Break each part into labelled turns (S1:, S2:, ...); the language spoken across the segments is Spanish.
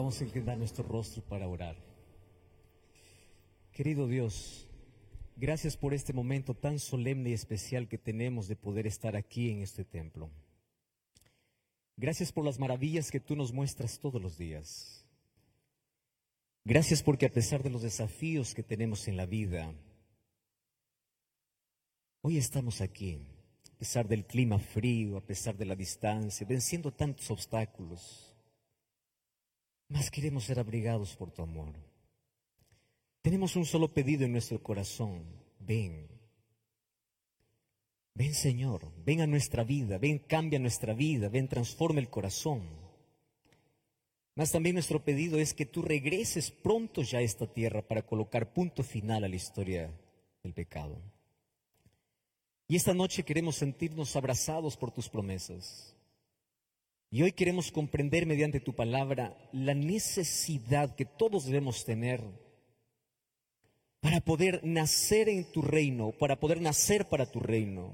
S1: Vamos a inclinar nuestro rostro para orar. Querido Dios, gracias por este momento tan solemne y especial que tenemos de poder estar aquí en este templo. Gracias por las maravillas que tú nos muestras todos los días. Gracias porque a pesar de los desafíos que tenemos en la vida, hoy estamos aquí, a pesar del clima frío, a pesar de la distancia, venciendo tantos obstáculos. Más queremos ser abrigados por tu amor. Tenemos un solo pedido en nuestro corazón. Ven. Ven, Señor. Ven a nuestra vida. Ven, cambia nuestra vida. Ven, transforma el corazón. Más también nuestro pedido es que tú regreses pronto ya a esta tierra para colocar punto final a la historia del pecado. Y esta noche queremos sentirnos abrazados por tus promesas. Y hoy queremos comprender mediante tu palabra la necesidad que todos debemos tener para poder nacer en tu reino, para poder nacer para tu reino.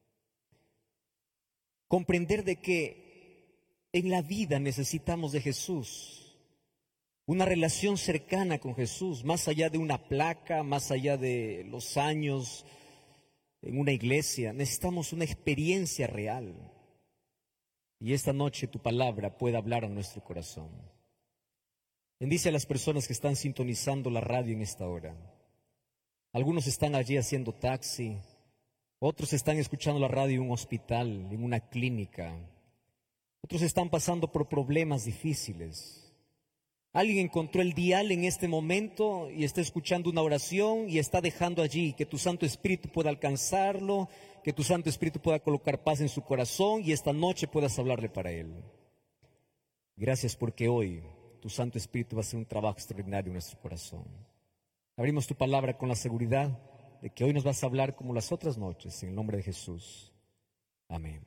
S1: Comprender de que en la vida necesitamos de Jesús, una relación cercana con Jesús, más allá de una placa, más allá de los años en una iglesia. Necesitamos una experiencia real. Y esta noche tu palabra pueda hablar a nuestro corazón. Bendice a las personas que están sintonizando la radio en esta hora. Algunos están allí haciendo taxi, otros están escuchando la radio en un hospital, en una clínica. Otros están pasando por problemas difíciles. Alguien encontró el dial en este momento y está escuchando una oración y está dejando allí que tu Santo Espíritu pueda alcanzarlo, que tu Santo Espíritu pueda colocar paz en su corazón y esta noche puedas hablarle para él. Gracias porque hoy tu Santo Espíritu va a hacer un trabajo extraordinario en nuestro corazón. Abrimos tu palabra con la seguridad de que hoy nos vas a hablar como las otras noches, en el nombre de Jesús. Amén.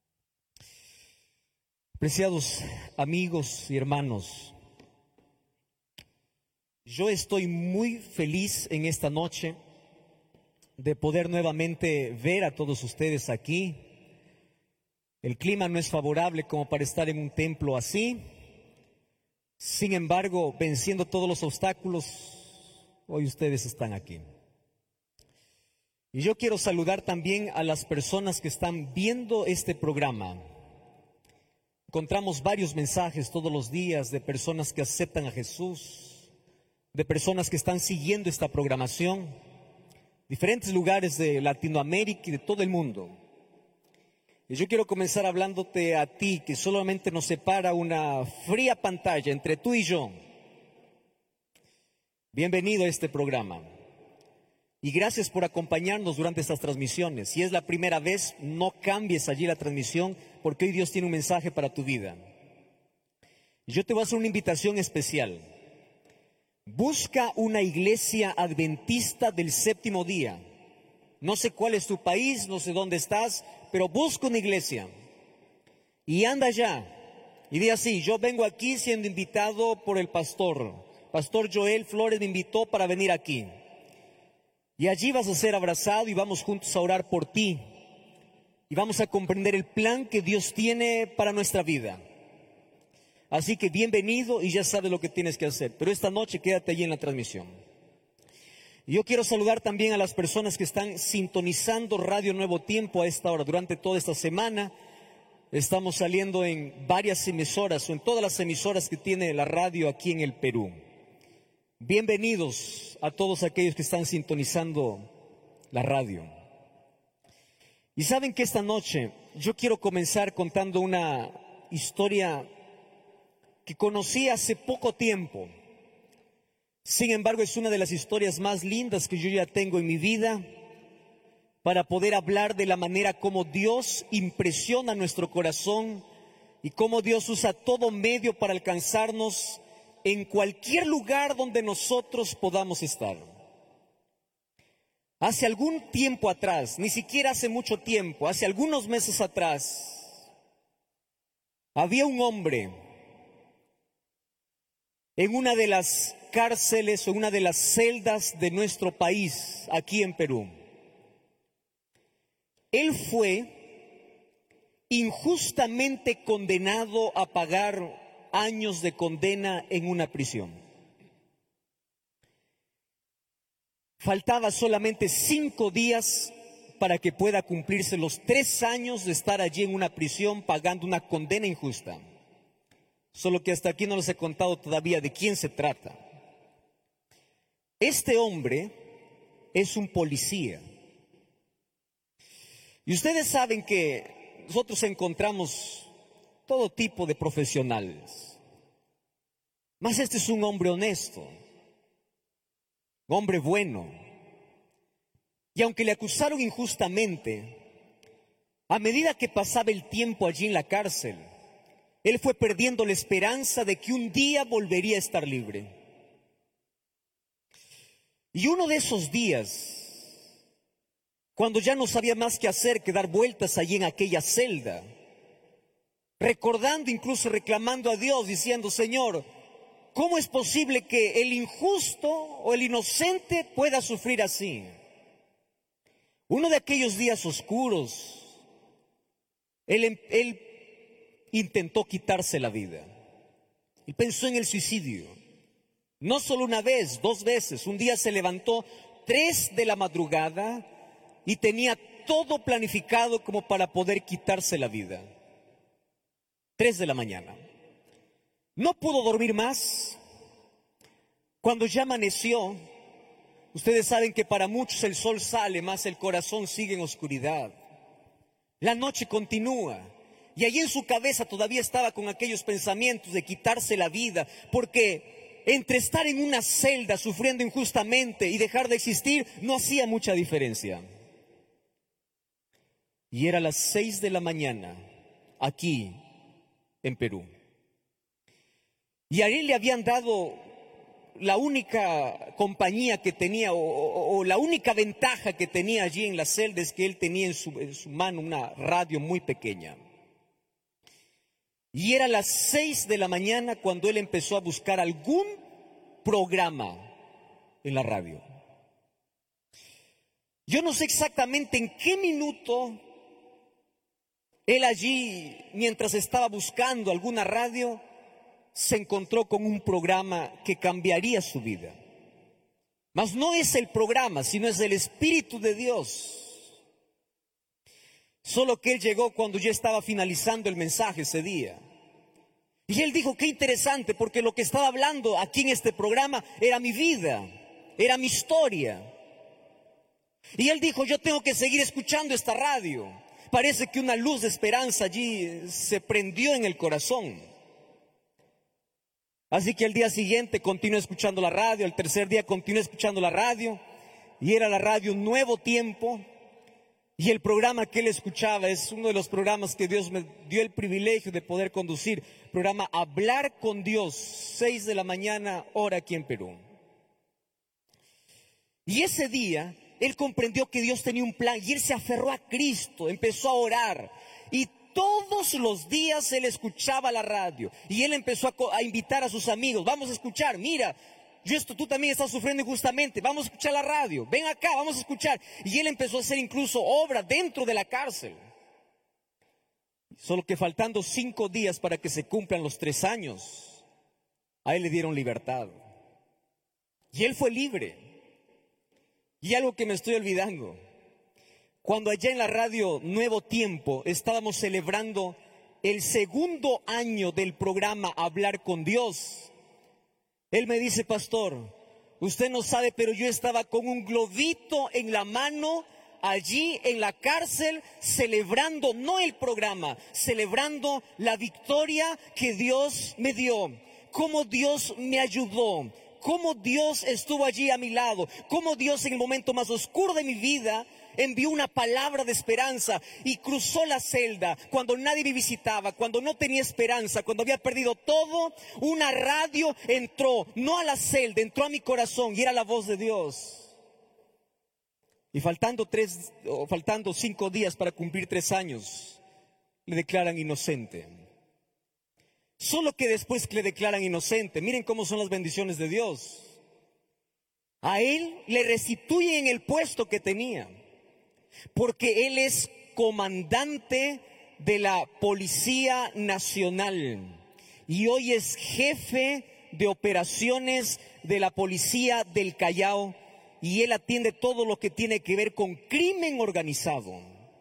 S1: Preciados amigos y hermanos, yo estoy muy feliz en esta noche de poder nuevamente ver a todos ustedes aquí. El clima no es favorable como para estar en un templo así. Sin embargo, venciendo todos los obstáculos, hoy ustedes están aquí. Y yo quiero saludar también a las personas que están viendo este programa. Encontramos varios mensajes todos los días de personas que aceptan a Jesús, de personas que están siguiendo esta programación, diferentes lugares de Latinoamérica y de todo el mundo. Y yo quiero comenzar hablándote a ti, que solamente nos separa una fría pantalla entre tú y yo. Bienvenido a este programa. Y gracias por acompañarnos durante estas transmisiones. Si es la primera vez, no cambies allí la transmisión, porque hoy Dios tiene un mensaje para tu vida. Yo te voy a hacer una invitación especial. Busca una iglesia adventista del séptimo día. No sé cuál es tu país, no sé dónde estás, pero busca una iglesia. Y anda allá. Y di así: yo vengo aquí siendo invitado por el pastor. Pastor Joel Flores me invitó para venir aquí. Y allí vas a ser abrazado y vamos juntos a orar por ti. Y vamos a comprender el plan que Dios tiene para nuestra vida. Así que bienvenido y ya sabes lo que tienes que hacer. Pero esta noche quédate allí en la transmisión. Yo quiero saludar también a las personas que están sintonizando Radio Nuevo Tiempo a esta hora. Durante toda esta semana estamos saliendo en varias emisoras o en todas las emisoras que tiene la radio aquí en el Perú. Bienvenidos a todos aquellos que están sintonizando la radio. Y saben que esta noche yo quiero comenzar contando una historia que conocí hace poco tiempo. Sin embargo, es una de las historias más lindas que yo ya tengo en mi vida para poder hablar de la manera como Dios impresiona nuestro corazón y cómo Dios usa todo medio para alcanzarnos en cualquier lugar donde nosotros podamos estar. Hace algún tiempo atrás, ni siquiera hace mucho tiempo, hace algunos meses atrás, había un hombre en una de las cárceles o una de las celdas de nuestro país, aquí en Perú. Él fue injustamente condenado a pagar años de condena en una prisión. Faltaba solamente 5 días para que pueda cumplirse los 3 años de estar allí en una prisión pagando una condena injusta. Solo que hasta aquí no les he contado todavía de quién se trata. Este hombre es un policía. Y ustedes saben que nosotros encontramos todo tipo de profesionales. Mas este es un hombre honesto, un hombre bueno. Y aunque le acusaron injustamente, a medida que pasaba el tiempo allí en la cárcel, él fue perdiendo la esperanza de que un día volvería a estar libre. Y uno de esos días, cuando ya no sabía más que hacer que dar vueltas allí en aquella celda, recordando, incluso reclamando a Dios, diciendo: Señor, ¿cómo es posible que el injusto o el inocente pueda sufrir así? Uno de aquellos días oscuros, él intentó quitarse la vida. Y pensó en el suicidio. No solo una vez, 2 veces. Un día se levantó 3 de la madrugada y tenía todo planificado como para poder quitarse la vida. 3 de la mañana. No pudo dormir más. Cuando ya amaneció, ustedes saben que para muchos el sol sale, más el corazón sigue en oscuridad. La noche continúa. Y allí en su cabeza todavía estaba con aquellos pensamientos de quitarse la vida, porque entre estar en una celda sufriendo injustamente y dejar de existir no hacía mucha diferencia. Y era las 6 de la mañana, aquí en Perú. Y a él le habían dado la única compañía que tenía, o la única ventaja que tenía allí en la celda, es que él tenía en su mano una radio muy pequeña. Y era las 6 de la mañana cuando él empezó a buscar algún programa en la radio. Yo no sé exactamente en qué minuto él allí, mientras estaba buscando alguna radio, se encontró con un programa que cambiaría su vida. Mas no es el programa, sino es el Espíritu de Dios. Solo que él llegó cuando ya estaba finalizando el mensaje ese día. Y él dijo: qué interesante, porque lo que estaba hablando aquí en este programa era mi vida, era mi historia. Y él dijo: yo tengo que seguir escuchando esta radio. Parece que una luz de esperanza allí se prendió en el corazón. Así que al día siguiente continuó escuchando la radio, al tercer día continuó escuchando la radio, y era la radio Nuevo Tiempo. Y el programa que él escuchaba es uno de los programas que Dios me dio el privilegio de poder conducir. Programa Hablar con Dios, 6 de la mañana, hora aquí en Perú. Y ese día él comprendió que Dios tenía un plan y él se aferró a Cristo, empezó a orar. Y todos los días él escuchaba la radio. Y él empezó a invitar a sus amigos: vamos a escuchar, mira, tú también estás sufriendo injustamente, vamos a escuchar la radio, ven acá, vamos a escuchar. Y él empezó a hacer incluso obra dentro de la cárcel. Solo que faltando 5 días para que se cumplan los 3 años, a él le dieron libertad. Y él fue libre. Y algo que me estoy olvidando: cuando allá en la radio Nuevo Tiempo estábamos celebrando el 2.º año del programa Hablar con Dios, él me dice: pastor, usted no sabe, pero yo estaba con un globito en la mano allí en la cárcel, celebrando, no el programa, celebrando la victoria que Dios me dio, cómo Dios me ayudó, cómo Dios estuvo allí a mi lado, cómo Dios en el momento más oscuro de mi vida envió una palabra de esperanza y cruzó la celda cuando nadie me visitaba, cuando no tenía esperanza, cuando había perdido todo. Una radio entró, no a la celda, entró a mi corazón, y era la voz de Dios. Y faltando 5 días para cumplir 3 años, le declaran inocente. Solo que después que le declaran inocente, miren cómo son las bendiciones de Dios. A él le restituyen el puesto que tenía, porque él es comandante de la Policía Nacional. y hoy es jefe de operaciones de la policía del Callao, y él atiende todo lo que tiene que ver con crimen organizado.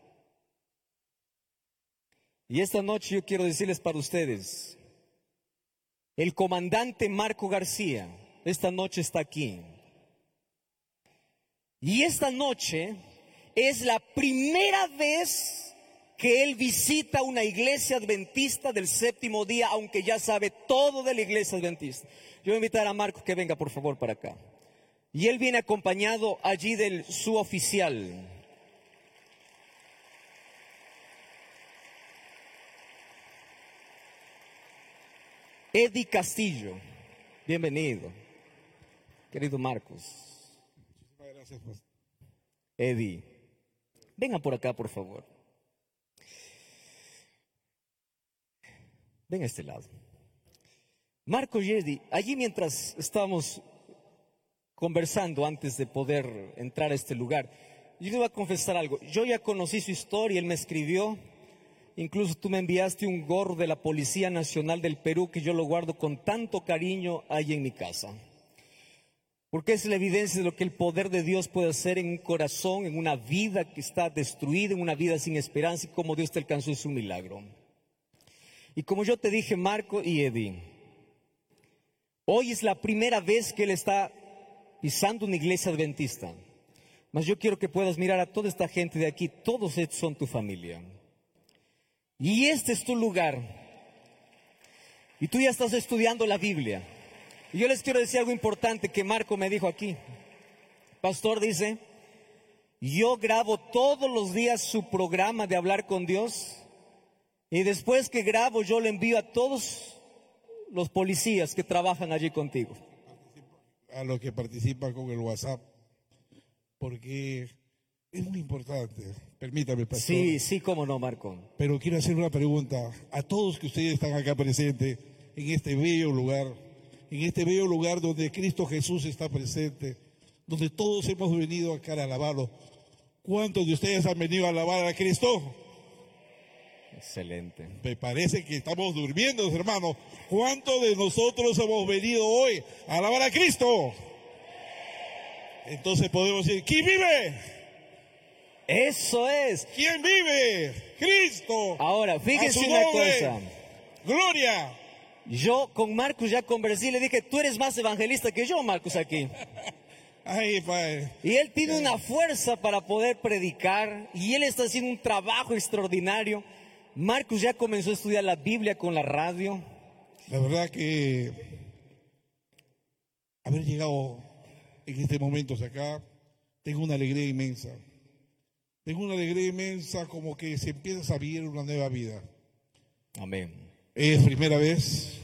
S1: Y esta noche yo quiero decirles para ustedes, el comandante Marco García esta noche está aquí. Y esta noche es la primera vez que él visita una iglesia adventista del séptimo día, aunque ya sabe todo de la iglesia adventista. Yo voy a invitar a Marco que venga por favor para acá. Y él viene acompañado allí de su oficial. Eddie Castillo, bienvenido, querido Marcos.
S2: Muchísimas gracias, pastor.
S1: Eddie, venga por acá, por favor. Ven a este lado. Marcos y Eddie, allí mientras estábamos conversando antes de poder entrar a este lugar, yo le voy a confesar algo. Yo ya conocí su historia, él me escribió. Incluso tú me enviaste un gorro de la Policía Nacional del Perú que yo lo guardo con tanto cariño ahí en mi casa. Porque es la evidencia de lo que el poder de Dios puede hacer en un corazón, en una vida que está destruida, en una vida sin esperanza, y cómo Dios te alcanzó es un milagro. Y como yo te dije, Marco y Eddie, hoy es la primera vez que él está pisando una iglesia adventista. Mas yo quiero que puedas mirar a toda esta gente de aquí, todos estos son tu familia. Y este es tu lugar. Y tú ya estás estudiando la Biblia. Y yo les quiero decir algo importante que Marco me dijo aquí. Pastor, dice, yo grabo todos los días su programa de hablar con Dios. Y después que grabo, yo le envío a todos los policías que trabajan allí contigo.
S2: A los que participan con el WhatsApp. Porque es muy importante. Permítame, pastor.
S1: Sí, cómo no, Marco.
S2: Pero quiero hacer una pregunta a todos que ustedes están acá presentes en este bello lugar donde Cristo Jesús está presente, donde todos hemos venido acá a alabarlo. ¿Cuántos de ustedes han venido a alabar a Cristo?
S1: Excelente.
S2: Me parece que estamos durmiendo, hermanos. ¿Cuántos de nosotros hemos venido hoy a alabar a Cristo? Entonces podemos decir, ¿quién vive?
S1: Eso es.
S2: ¿Quién vive? Cristo.
S1: Ahora, fíjense
S2: A su
S1: una
S2: nombre.
S1: cosa.
S2: Gloria.
S1: Yo con Marcos ya conversé y le dije, tú eres más evangelista que yo, Marcos, aquí.
S2: Ay, Padre.
S1: Y él tiene una fuerza para poder predicar y él está haciendo un trabajo extraordinario. Marcos ya comenzó a estudiar la Biblia con la radio.
S2: La verdad que haber llegado en este momento acá, tengo una alegría inmensa. Tengo una alegría inmensa, como que se empieza a vivir una nueva vida.
S1: Amén.
S2: Es primera vez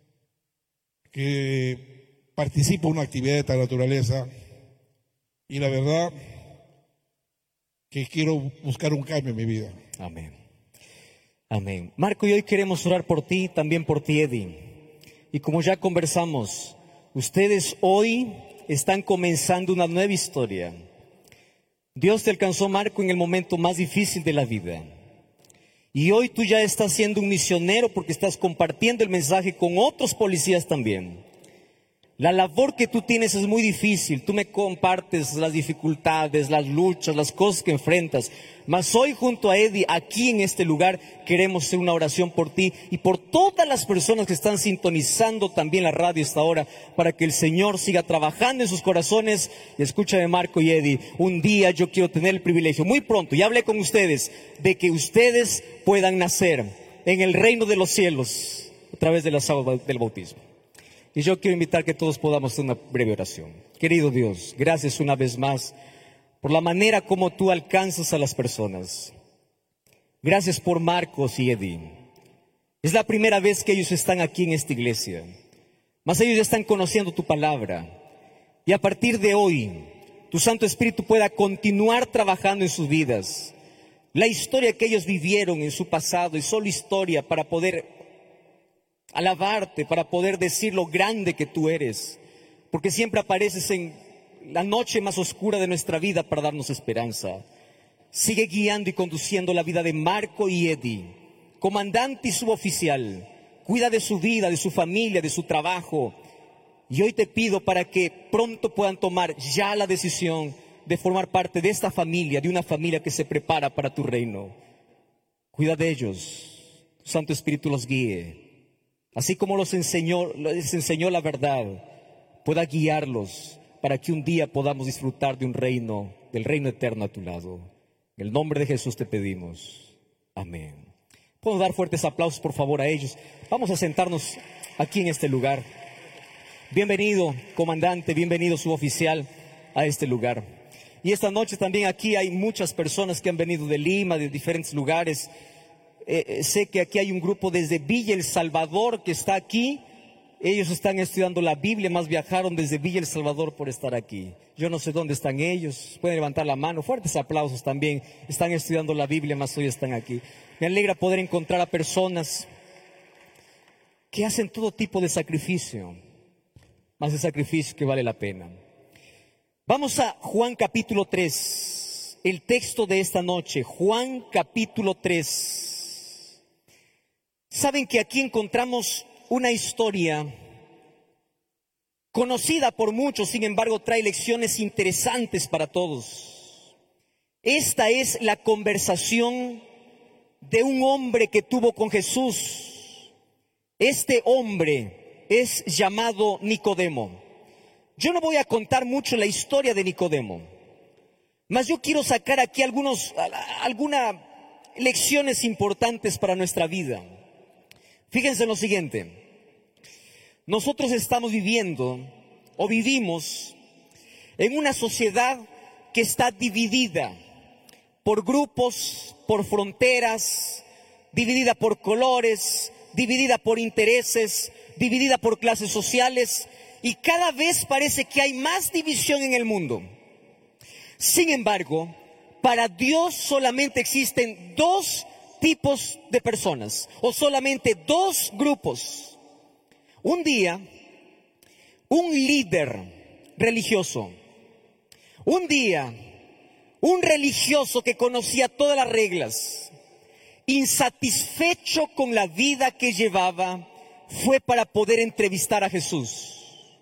S2: que participo en una actividad de esta naturaleza y la verdad que quiero buscar un cambio en mi vida.
S1: Amén. Amén. Marco, y hoy queremos orar por ti, también por ti, Eddie. Y como ya conversamos, ustedes hoy están comenzando una nueva historia. Dios te alcanzó, Marco, en el momento más difícil de la vida. Y hoy tú ya estás siendo un misionero porque estás compartiendo el mensaje con otros policías también. La labor que tú tienes es muy difícil. Tú me compartes las dificultades, las luchas, las cosas que enfrentas. Mas hoy junto a Eddie, aquí en este lugar, queremos hacer una oración por ti y por todas las personas que están sintonizando también la radio esta hora, para que el Señor siga trabajando en sus corazones. Y escúchame, Marco y Eddie, un día yo quiero tener el privilegio, muy pronto, ya hablé con ustedes, de que ustedes puedan nacer en el reino de los cielos a través de las aguas del bautismo. Y yo quiero invitar que todos podamos hacer una breve oración. Querido Dios, gracias una vez más por la manera como tú alcanzas a las personas. Gracias por Marcos y Eddie. Es la primera vez que ellos están aquí en esta iglesia. Mas ellos ya están conociendo tu palabra. Y a partir de hoy, tu Santo Espíritu pueda continuar trabajando en sus vidas. La historia que ellos vivieron en su pasado es solo historia para poder alabarte, para poder decir lo grande que tú eres, porque siempre apareces en la noche más oscura de nuestra vida para darnos esperanza. Sigue guiando y conduciendo la vida de Marco y Eddie, comandante y suboficial, cuida de su vida, de su familia, de su trabajo. Y hoy te pido para que pronto puedan tomar ya la decisión de formar parte de esta familia, de una familia que se prepara para tu reino. Cuida de ellos, tu Santo Espíritu los guíe. Así como les enseñó la verdad, pueda guiarlos para que un día podamos disfrutar de un reino, del reino eterno a tu lado. En el nombre de Jesús te pedimos. Amén. Podemos dar fuertes aplausos, por favor, a ellos. Vamos a sentarnos aquí en este lugar. Bienvenido, comandante, bienvenido, suboficial, a este lugar. Y esta noche también aquí hay muchas personas que han venido de Lima, de diferentes lugares. Sé que aquí hay un grupo desde Villa El Salvador que está aquí. Ellos están estudiando la Biblia, más viajaron desde Villa El Salvador por estar aquí. Yo no sé dónde están ellos, pueden levantar la mano. Fuertes aplausos también. Están estudiando la Biblia, más hoy están aquí. Me alegra poder encontrar a personas que hacen todo tipo de sacrificio, más de sacrificio que vale la pena. Vamos a Juan capítulo 3, el texto de esta noche, Juan capítulo 3. Saben que aquí encontramos una historia conocida por muchos, sin embargo trae lecciones interesantes para todos. Esta es la conversación de un hombre que tuvo con Jesús. Este hombre es llamado Nicodemo. Yo no voy a contar mucho la historia de Nicodemo, mas yo quiero sacar aquí algunas lecciones importantes para nuestra vida. Fíjense en lo siguiente. Nosotros estamos viviendo o vivimos en una sociedad que está dividida por grupos, por fronteras, dividida por colores, dividida por intereses, dividida por clases sociales, y cada vez parece que hay más división en el mundo. Sin embargo, para Dios solamente existen dos tipos de personas, o solamente dos grupos. Un día, un líder religioso, un día, un religioso que conocía todas las reglas, insatisfecho con la vida que llevaba, fue para poder entrevistar a Jesús.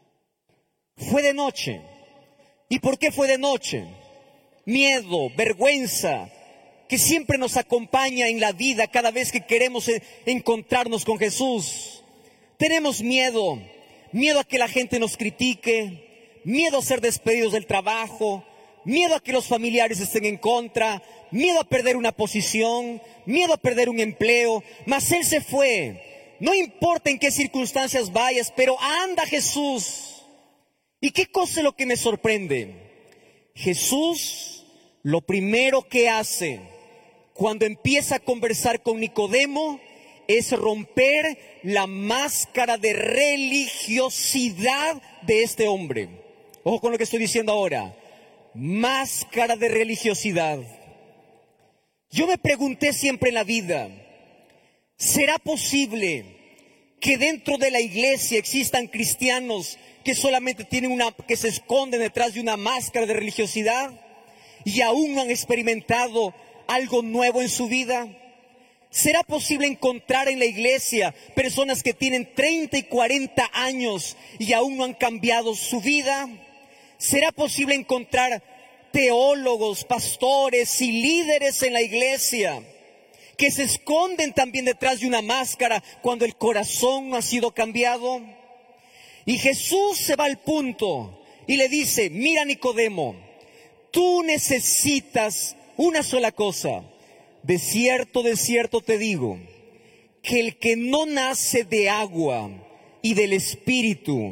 S1: Fue de noche. ¿Y por qué fue de noche? Miedo, vergüenza, que siempre nos acompaña en la vida cada vez que queremos encontrarnos con Jesús. Tenemos miedo, miedo a que la gente nos critique, miedo a ser despedidos del trabajo, miedo a que los familiares estén en contra, miedo a perder una posición, miedo a perder un empleo. Mas Él se fue. No importa en qué circunstancias vayas, pero anda Jesús. ¿Y qué cosa es lo que me sorprende? Jesús, lo primero que hace cuando empieza a conversar con Nicodemo es romper la máscara de religiosidad de este hombre. Ojo con lo que estoy diciendo ahora. Máscara de religiosidad. Yo me pregunté siempre en la vida, ¿será posible que dentro de la iglesia existan cristianos que solamente que se esconden detrás de una máscara de religiosidad y aún no han experimentado algo nuevo en su vida? ¿Será posible encontrar en la iglesia personas que tienen 30 y 40 años y aún no han cambiado su vida? ¿Será posible encontrar teólogos, pastores y líderes en la iglesia que se esconden también detrás de una máscara cuando el corazón no ha sido cambiado? Y Jesús se va al punto y le dice, mira Nicodemo, tú necesitas una sola cosa. De cierto te digo, que el que no nace de agua y del Espíritu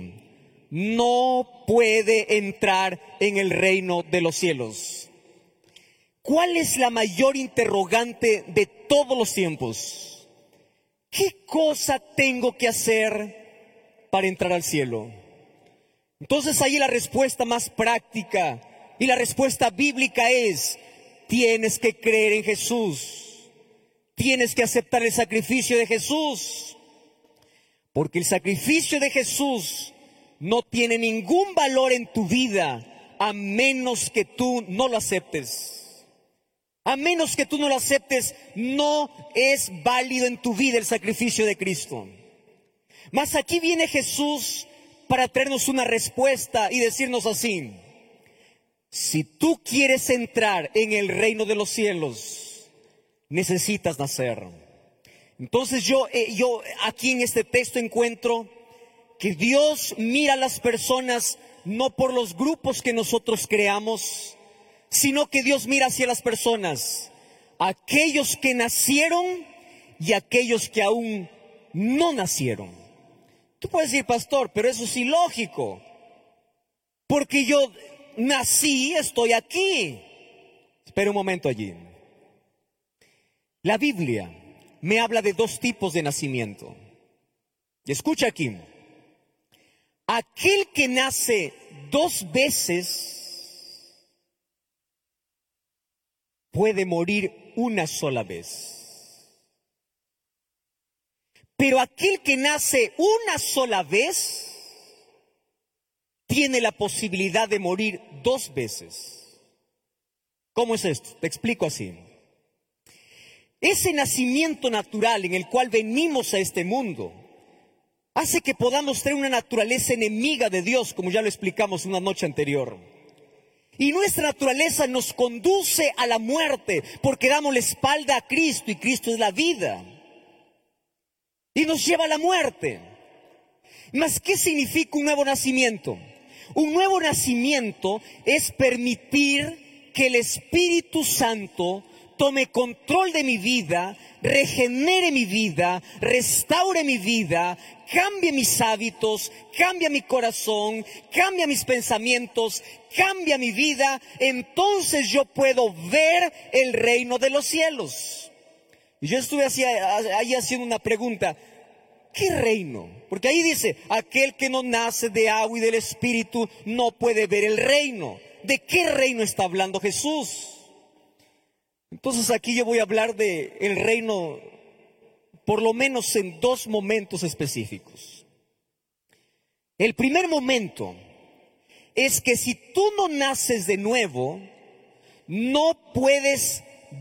S1: no puede entrar en el reino de los cielos. ¿Cuál es la mayor interrogante de todos los tiempos? ¿Qué cosa tengo que hacer para entrar al cielo? Entonces ahí la respuesta más práctica y la respuesta bíblica es: tienes que creer en Jesús, tienes que aceptar el sacrificio de Jesús, porque el sacrificio de Jesús no tiene ningún valor en tu vida a menos que tú no lo aceptes. A menos que tú no lo aceptes, no es válido en tu vida el sacrificio de Cristo. Mas aquí viene Jesús para traernos una respuesta y decirnos así: si tú quieres entrar en el reino de los cielos, necesitas nacer. Entonces yo aquí en este texto encuentro que Dios mira a las personas no por los grupos que nosotros creamos, sino que Dios mira hacia las personas, aquellos que nacieron y aquellos que aún no nacieron. Tú puedes decir, pastor, pero eso es ilógico, porque yo nací, estoy aquí. Espera un momento allí. La Biblia me habla de dos tipos de nacimiento. Y escucha aquí. Aquel que nace dos veces puede morir una sola vez. Pero aquel que nace una sola vez tiene la posibilidad de morir dos veces. ¿Cómo es esto? Te explico así. Ese nacimiento natural en el cual venimos a este mundo hace que podamos tener una naturaleza enemiga de Dios, como ya lo explicamos una noche anterior. Y nuestra naturaleza nos conduce a la muerte porque damos la espalda a Cristo, y Cristo es la vida. Y nos lleva a la muerte. Mas, ¿qué significa un nuevo nacimiento? Un nuevo nacimiento es permitir que el Espíritu Santo tome control de mi vida, regenere mi vida, restaure mi vida, cambie mis hábitos, cambia mi corazón, cambia mis pensamientos, cambia mi vida. Entonces yo puedo ver el reino de los cielos. Y yo estuve ahí haciendo una pregunta: ¿qué reino? Porque ahí dice, aquel que no nace de agua y del Espíritu no puede ver el reino. ¿De qué reino está hablando Jesús? Entonces aquí yo voy a hablar de el reino por lo menos en dos momentos específicos. El primer momento es que si tú no naces de nuevo, no puedes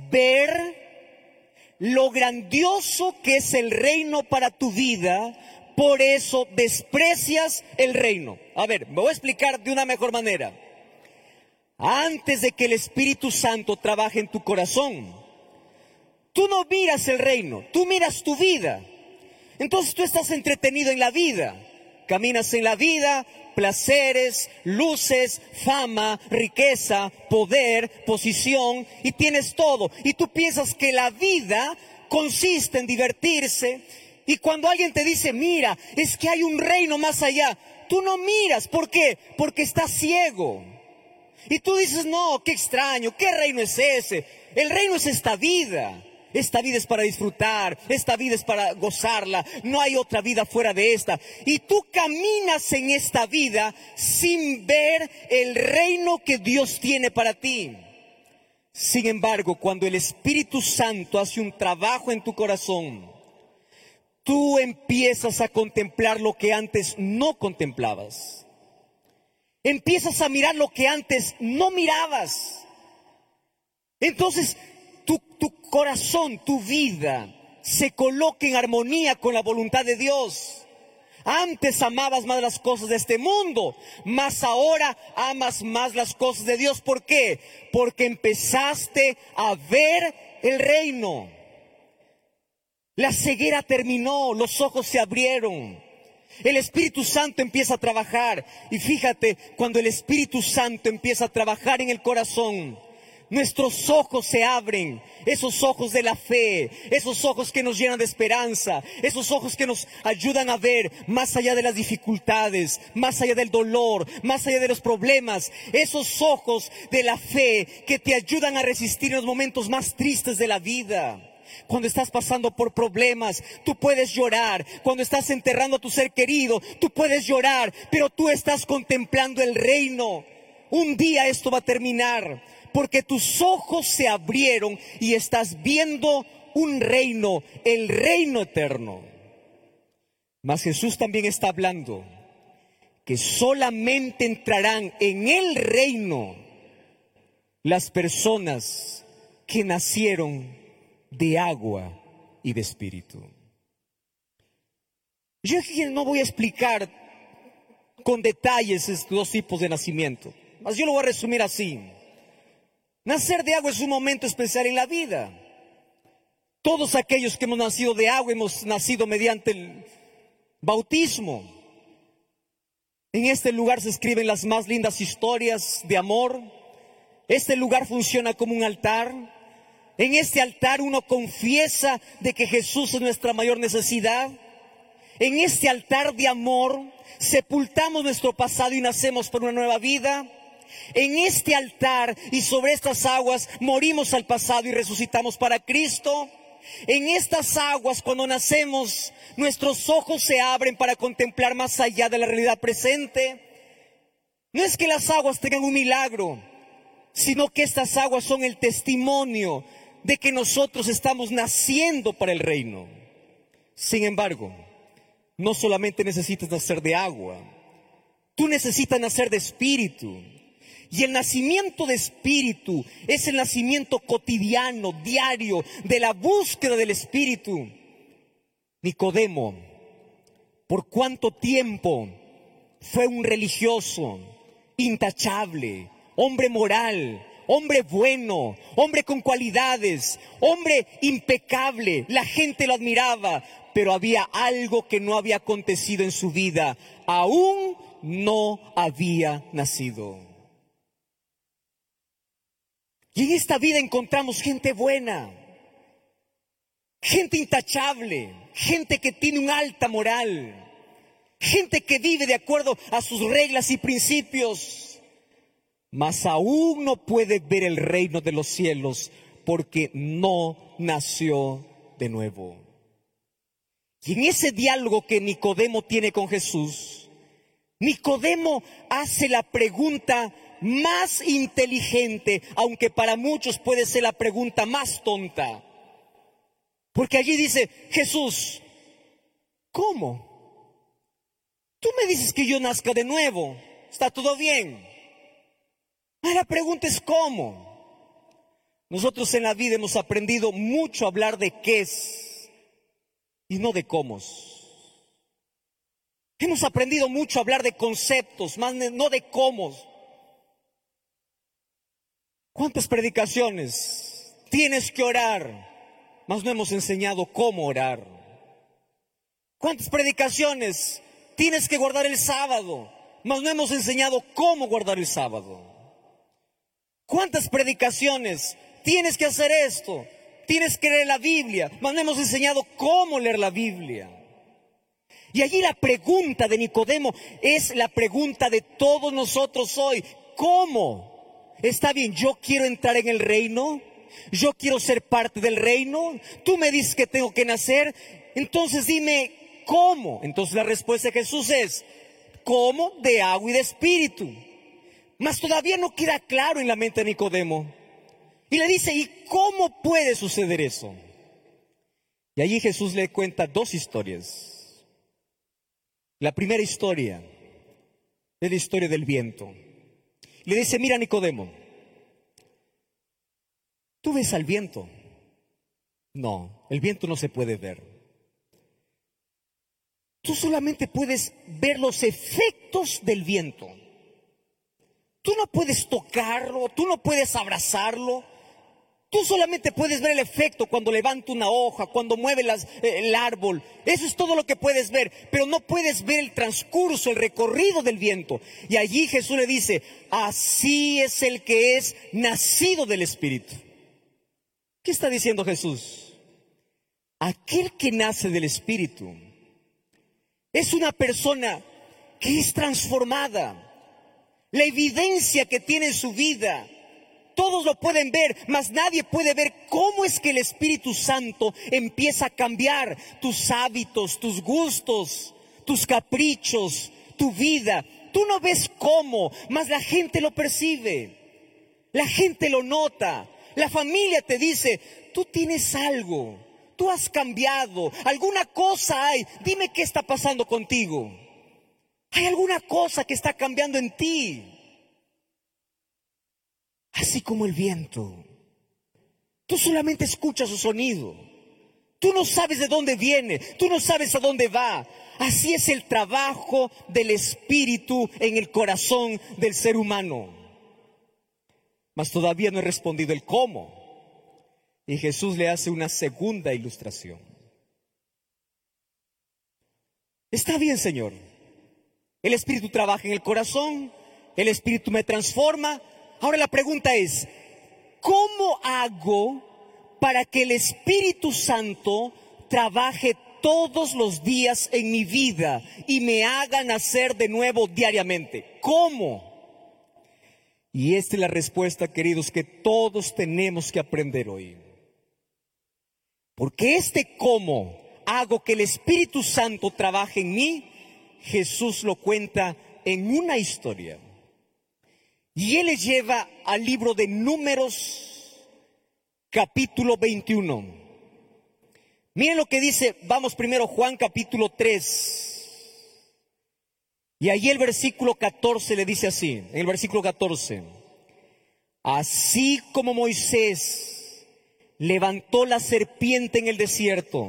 S1: ver lo grandioso que es el reino para tu vida. Por eso desprecias el reino. A ver, me voy a explicar de una mejor manera. Antes de que el Espíritu Santo trabaje en tu corazón, tú no miras el reino, tú miras tu vida. Entonces tú estás entretenido en la vida, caminas en la vida, placeres, luces, fama, riqueza, poder, posición, y tienes todo. Y tú piensas que la vida consiste en divertirse. Y cuando alguien te dice, mira, es que hay un reino más allá, tú no miras. ¿Por qué? Porque estás ciego. Y tú dices, no, qué extraño, ¿qué reino es ese? El reino es esta vida. Esta vida es para disfrutar, esta vida es para gozarla, no hay otra vida fuera de esta. Y tú caminas en esta vida sin ver el reino que Dios tiene para ti. Sin embargo, cuando el Espíritu Santo hace un trabajo en tu corazón, tú empiezas a contemplar lo que antes no contemplabas. Empiezas a mirar lo que antes no mirabas. Entonces, tu corazón, tu vida, se coloca en armonía con la voluntad de Dios. Antes amabas más las cosas de este mundo, mas ahora amas más las cosas de Dios. ¿Por qué? Porque empezaste a ver el reino. La ceguera terminó, los ojos se abrieron. El Espíritu Santo empieza a trabajar. Y fíjate, cuando el Espíritu Santo empieza a trabajar en el corazón, nuestros ojos se abren, esos ojos de la fe, esos ojos que nos llenan de esperanza, esos ojos que nos ayudan a ver más allá de las dificultades, más allá del dolor, más allá de los problemas, esos ojos de la fe que te ayudan a resistir en los momentos más tristes de la vida. Cuando estás pasando por problemas, tú puedes llorar. Cuando estás enterrando a tu ser querido, tú puedes llorar, pero tú estás contemplando el reino. Un día esto va a terminar, porque tus ojos se abrieron y estás viendo un reino, el reino eterno. Mas Jesús también está hablando que solamente entrarán en el reino las personas que nacieron de agua y de espíritu. Yo aquí no voy a explicar con detalles estos dos tipos de nacimiento, mas yo lo voy a resumir así. Nacer de agua es un momento especial en la vida. Todos aquellos que hemos nacido de agua hemos nacido mediante el bautismo. En este lugar se escriben las más lindas historias de amor. Este lugar funciona como un altar. En este altar uno confiesa de que Jesús es nuestra mayor necesidad. En este altar de amor sepultamos nuestro pasado y nacemos por una nueva vida. En este altar y sobre estas aguas morimos al pasado y resucitamos para Cristo. En estas aguas, cuando nacemos, nuestros ojos se abren para contemplar más allá de la realidad presente. No es que las aguas tengan un milagro, sino que estas aguas son el testimonio de que nosotros estamos naciendo para el reino. Sin embargo, no solamente necesitas nacer de agua, tú necesitas nacer de espíritu. Y el nacimiento de espíritu es el nacimiento cotidiano, diario, de la búsqueda del espíritu. Nicodemo, ¿por cuánto tiempo fue un religioso intachable, hombre moral, hombre bueno, hombre con cualidades, hombre impecable? La gente lo admiraba, pero había algo que no había acontecido en su vida. Aún no había nacido. Y en esta vida encontramos gente buena, gente intachable, gente que tiene una alta moral, gente que vive de acuerdo a sus reglas y principios, mas aún no puede ver el reino de los cielos porque no nació de nuevo. Y en ese diálogo que Nicodemo tiene con Jesús, Nicodemo hace la pregunta más inteligente, aunque para muchos puede ser la pregunta más tonta. Porque allí dice: Jesús, ¿cómo? Tú me dices que yo nazca de nuevo, está todo bien. La pregunta es ¿cómo? Nosotros en la vida hemos aprendido mucho a hablar de qué es y no de cómo. Hemos aprendido mucho a hablar de conceptos, más no de cómo. ¿Cuántas predicaciones? Tienes que orar, mas no hemos enseñado cómo orar. ¿Cuántas predicaciones? Tienes que guardar el sábado, mas no hemos enseñado cómo guardar el sábado. ¿Cuántas predicaciones? Tienes que hacer esto, tienes que leer la Biblia, mas no hemos enseñado cómo leer la Biblia. Y allí la pregunta de Nicodemo es la pregunta de todos nosotros hoy: ¿cómo? Está bien, yo quiero entrar en el reino, yo quiero ser parte del reino, tú me dices que tengo que nacer, entonces dime ¿cómo? Entonces la respuesta de Jesús es: ¿cómo? De agua y de espíritu. Mas todavía no queda claro en la mente de Nicodemo. Y le dice: ¿y cómo puede suceder eso? Y allí Jesús le cuenta dos historias. La primera historia es la historia del viento. Le dice: mira, Nicodemo, ¿tú ves al viento? No, el viento no se puede ver. Tú solamente puedes ver los efectos del viento. Tú no puedes tocarlo, tú no puedes abrazarlo. Tú solamente puedes ver el efecto cuando levanta una hoja, cuando mueve el árbol. Eso es todo lo que puedes ver, pero no puedes ver el transcurso, el recorrido del viento. Y allí Jesús le dice: así es el que es nacido del Espíritu. ¿Qué está diciendo Jesús? Aquel que nace del Espíritu es una persona que es transformada. La evidencia que tiene en su vida, todos lo pueden ver, mas nadie puede ver cómo es que el Espíritu Santo empieza a cambiar tus hábitos, tus gustos, tus caprichos, tu vida. Tú no ves cómo, mas la gente lo percibe, la gente lo nota. La familia te dice: tú tienes algo, tú has cambiado, alguna cosa hay, dime qué está pasando contigo. Hay alguna cosa que está cambiando en ti. Así como el viento, tú solamente escuchas su sonido, tú no sabes de dónde viene, tú no sabes a dónde va. Así es el trabajo del Espíritu en el corazón del ser humano. Mas todavía no he respondido el cómo. Y Jesús le hace una segunda ilustración. Está bien, Señor. El Espíritu trabaja en el corazón, el Espíritu me transforma. Ahora la pregunta es, ¿cómo hago para que el Espíritu Santo trabaje todos los días en mi vida y me haga nacer de nuevo diariamente? ¿Cómo? Y esta es la respuesta, queridos, que todos tenemos que aprender hoy. Porque cómo hago que el Espíritu Santo trabaje en mí, Jesús lo cuenta en una historia. Y Él le lleva al libro de Números, capítulo 21. Miren lo que dice, vamos primero Juan capítulo 3. Y ahí el versículo 14 le dice así, en el versículo 14. Así como Moisés levantó la serpiente en el desierto,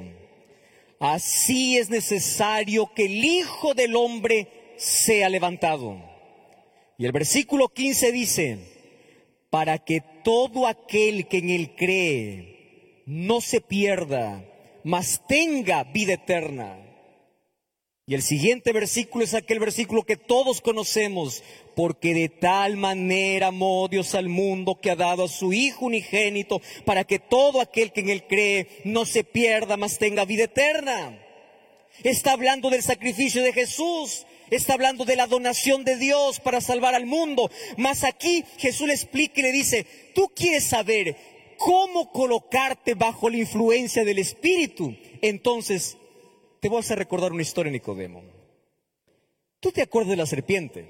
S1: así es necesario que el Hijo del Hombre sea levantado. Y el versículo 15 dice, para que todo aquel que en Él cree no se pierda, mas tenga vida eterna. Y el siguiente versículo es aquel versículo que todos conocemos, porque de tal manera amó Dios al mundo que ha dado a su Hijo unigénito, para que todo aquel que en Él cree no se pierda, mas tenga vida eterna. Está hablando del sacrificio de Jesús, está hablando de la donación de Dios para salvar al mundo. Mas aquí Jesús le explica y le dice, tú quieres saber cómo colocarte bajo la influencia del Espíritu. Entonces, te voy a hacer recordar una historia, Nicodemo. ¿Tú te acuerdas de la serpiente?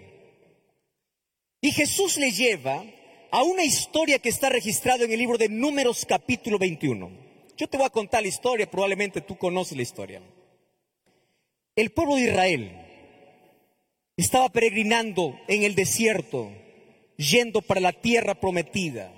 S1: Y Jesús le lleva a una historia que está registrada en el libro de Números capítulo 21. Yo te voy a contar la historia, probablemente tú conoces la historia. El pueblo de Israel estaba peregrinando en el desierto, yendo para la tierra prometida.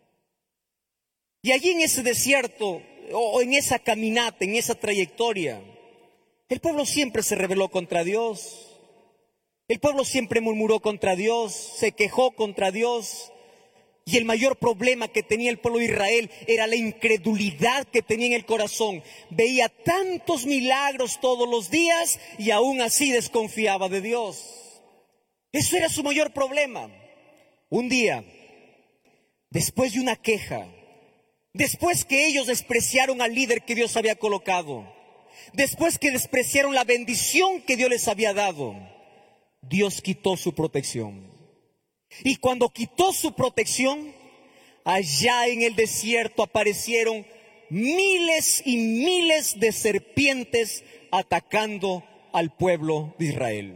S1: Y allí en ese desierto, o en esa caminata, en esa trayectoria, el pueblo siempre se rebeló contra Dios. El pueblo siempre murmuró contra Dios, se quejó contra Dios. Y el mayor problema que tenía el pueblo de Israel era la incredulidad que tenía en el corazón. Veía tantos milagros todos los días y aún así desconfiaba de Dios. Eso era su mayor problema. Un día, después de una queja, después que ellos despreciaron al líder que Dios había colocado, después que despreciaron la bendición que Dios les había dado, Dios quitó su protección. Y cuando quitó su protección, allá en el desierto aparecieron miles y miles de serpientes atacando al pueblo de Israel.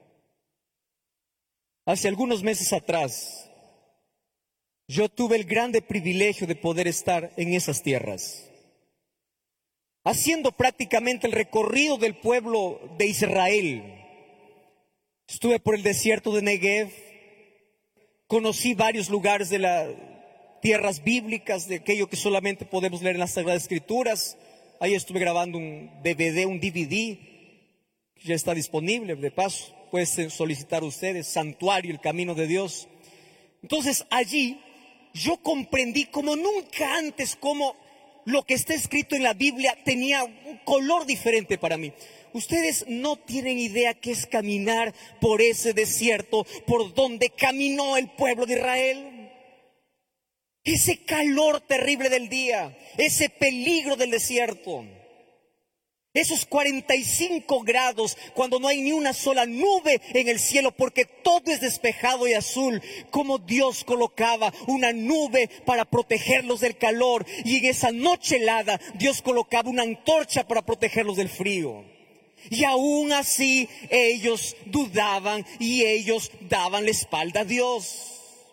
S1: Hace algunos meses atrás, yo tuve el grande privilegio de poder estar en esas tierras, haciendo prácticamente el recorrido del pueblo de Israel. Estuve por el desierto de Negev, conocí varios lugares de las tierras bíblicas, de aquello que solamente podemos leer en las Sagradas Escrituras. Ahí estuve grabando un DVD, que ya está disponible, de paso, pueden solicitar ustedes, Santuario, el Camino de Dios. Entonces allí yo comprendí como nunca antes cómo lo que está escrito en la Biblia tenía un color diferente para mí. Ustedes no tienen idea qué es caminar por ese desierto por donde caminó el pueblo de Israel. Ese calor terrible del día, ese peligro del desierto, esos 45 grados cuando no hay ni una sola nube en el cielo porque todo es despejado y azul. Como Dios colocaba una nube para protegerlos del calor, y en esa noche helada Dios colocaba una antorcha para protegerlos del frío. Y aún así ellos dudaban y ellos daban la espalda a Dios.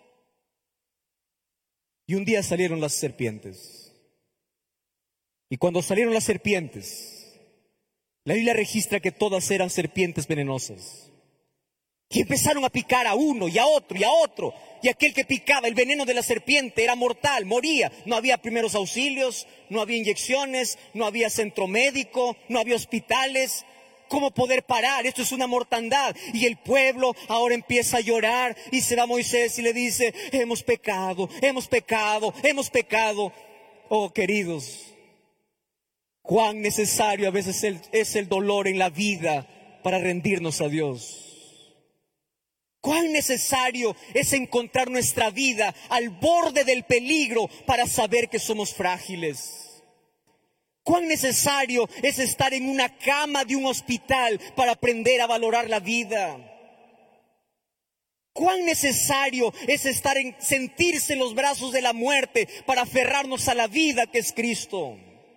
S1: Y un día salieron las serpientes. Y cuando salieron las serpientes, la Biblia registra que todas eran serpientes venenosas. Y empezaron a picar a uno y a otro y a otro. Y aquel que picaba, el veneno de la serpiente era mortal, moría. No había primeros auxilios, no había inyecciones, no había centro médico, no había hospitales. cómo poder parar. Esto es una mortandad. Y el pueblo ahora empieza a llorar y se va Moisés y le dice, hemos pecado, hemos pecado, hemos pecado. Oh, queridos, cuán necesario a veces es el dolor en la vida para rendirnos a Dios. Cuán necesario es encontrar nuestra vida al borde del peligro para saber que somos frágiles. Cuán necesario es estar en una cama de un hospital para aprender a valorar la vida. Cuán necesario es sentirse en los brazos de la muerte para aferrarnos a la vida que es Cristo.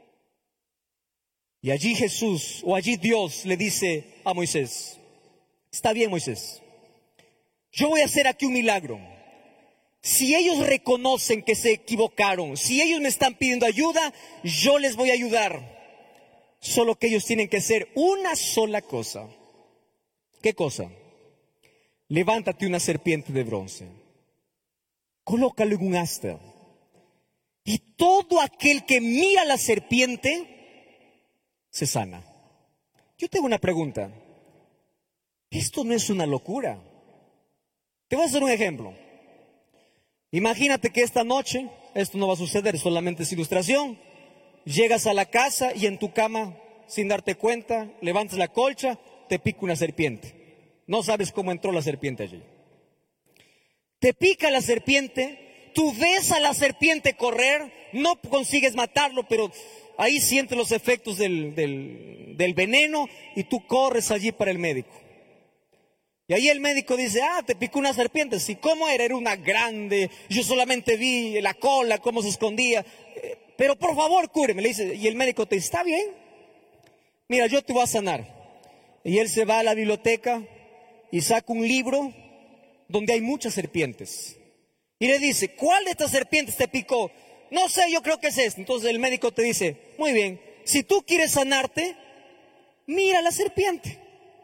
S1: Y allí Jesús, o allí Dios le dice a Moisés, está bien, Moisés, yo voy a hacer aquí un milagro. Si ellos reconocen que se equivocaron, si ellos me están pidiendo ayuda, yo les voy a ayudar. Solo que ellos tienen que hacer una sola cosa. ¿Qué cosa? Levántate una serpiente de bronce, colócalo en un asta, y todo aquel que mira la serpiente se sana. Yo tengo una pregunta. Esto no es una locura. Te voy a hacer un ejemplo. Imagínate que esta noche, esto no va a suceder, solamente es ilustración. Llegas a la casa y en tu cama, sin darte cuenta, levantas la colcha, te pica una serpiente. No sabes cómo entró la serpiente allí. Te pica la serpiente, tú ves a la serpiente correr, no consigues matarlo, pero ahí sientes los efectos del veneno y tú corres allí para el médico. Y ahí el médico dice, te picó una serpiente. Sí, ¿cómo era? Era una grande, yo solamente vi la cola, cómo se escondía. Pero por favor, cúreme, le dice. Y el médico te dice, está bien, mira, yo te voy a sanar. Y él se va a la biblioteca y saca un libro donde hay muchas serpientes. Y le dice, ¿cuál de estas serpientes te picó? No sé, yo creo que es esta. Entonces el médico te dice, muy bien, si tú quieres sanarte, mira la serpiente.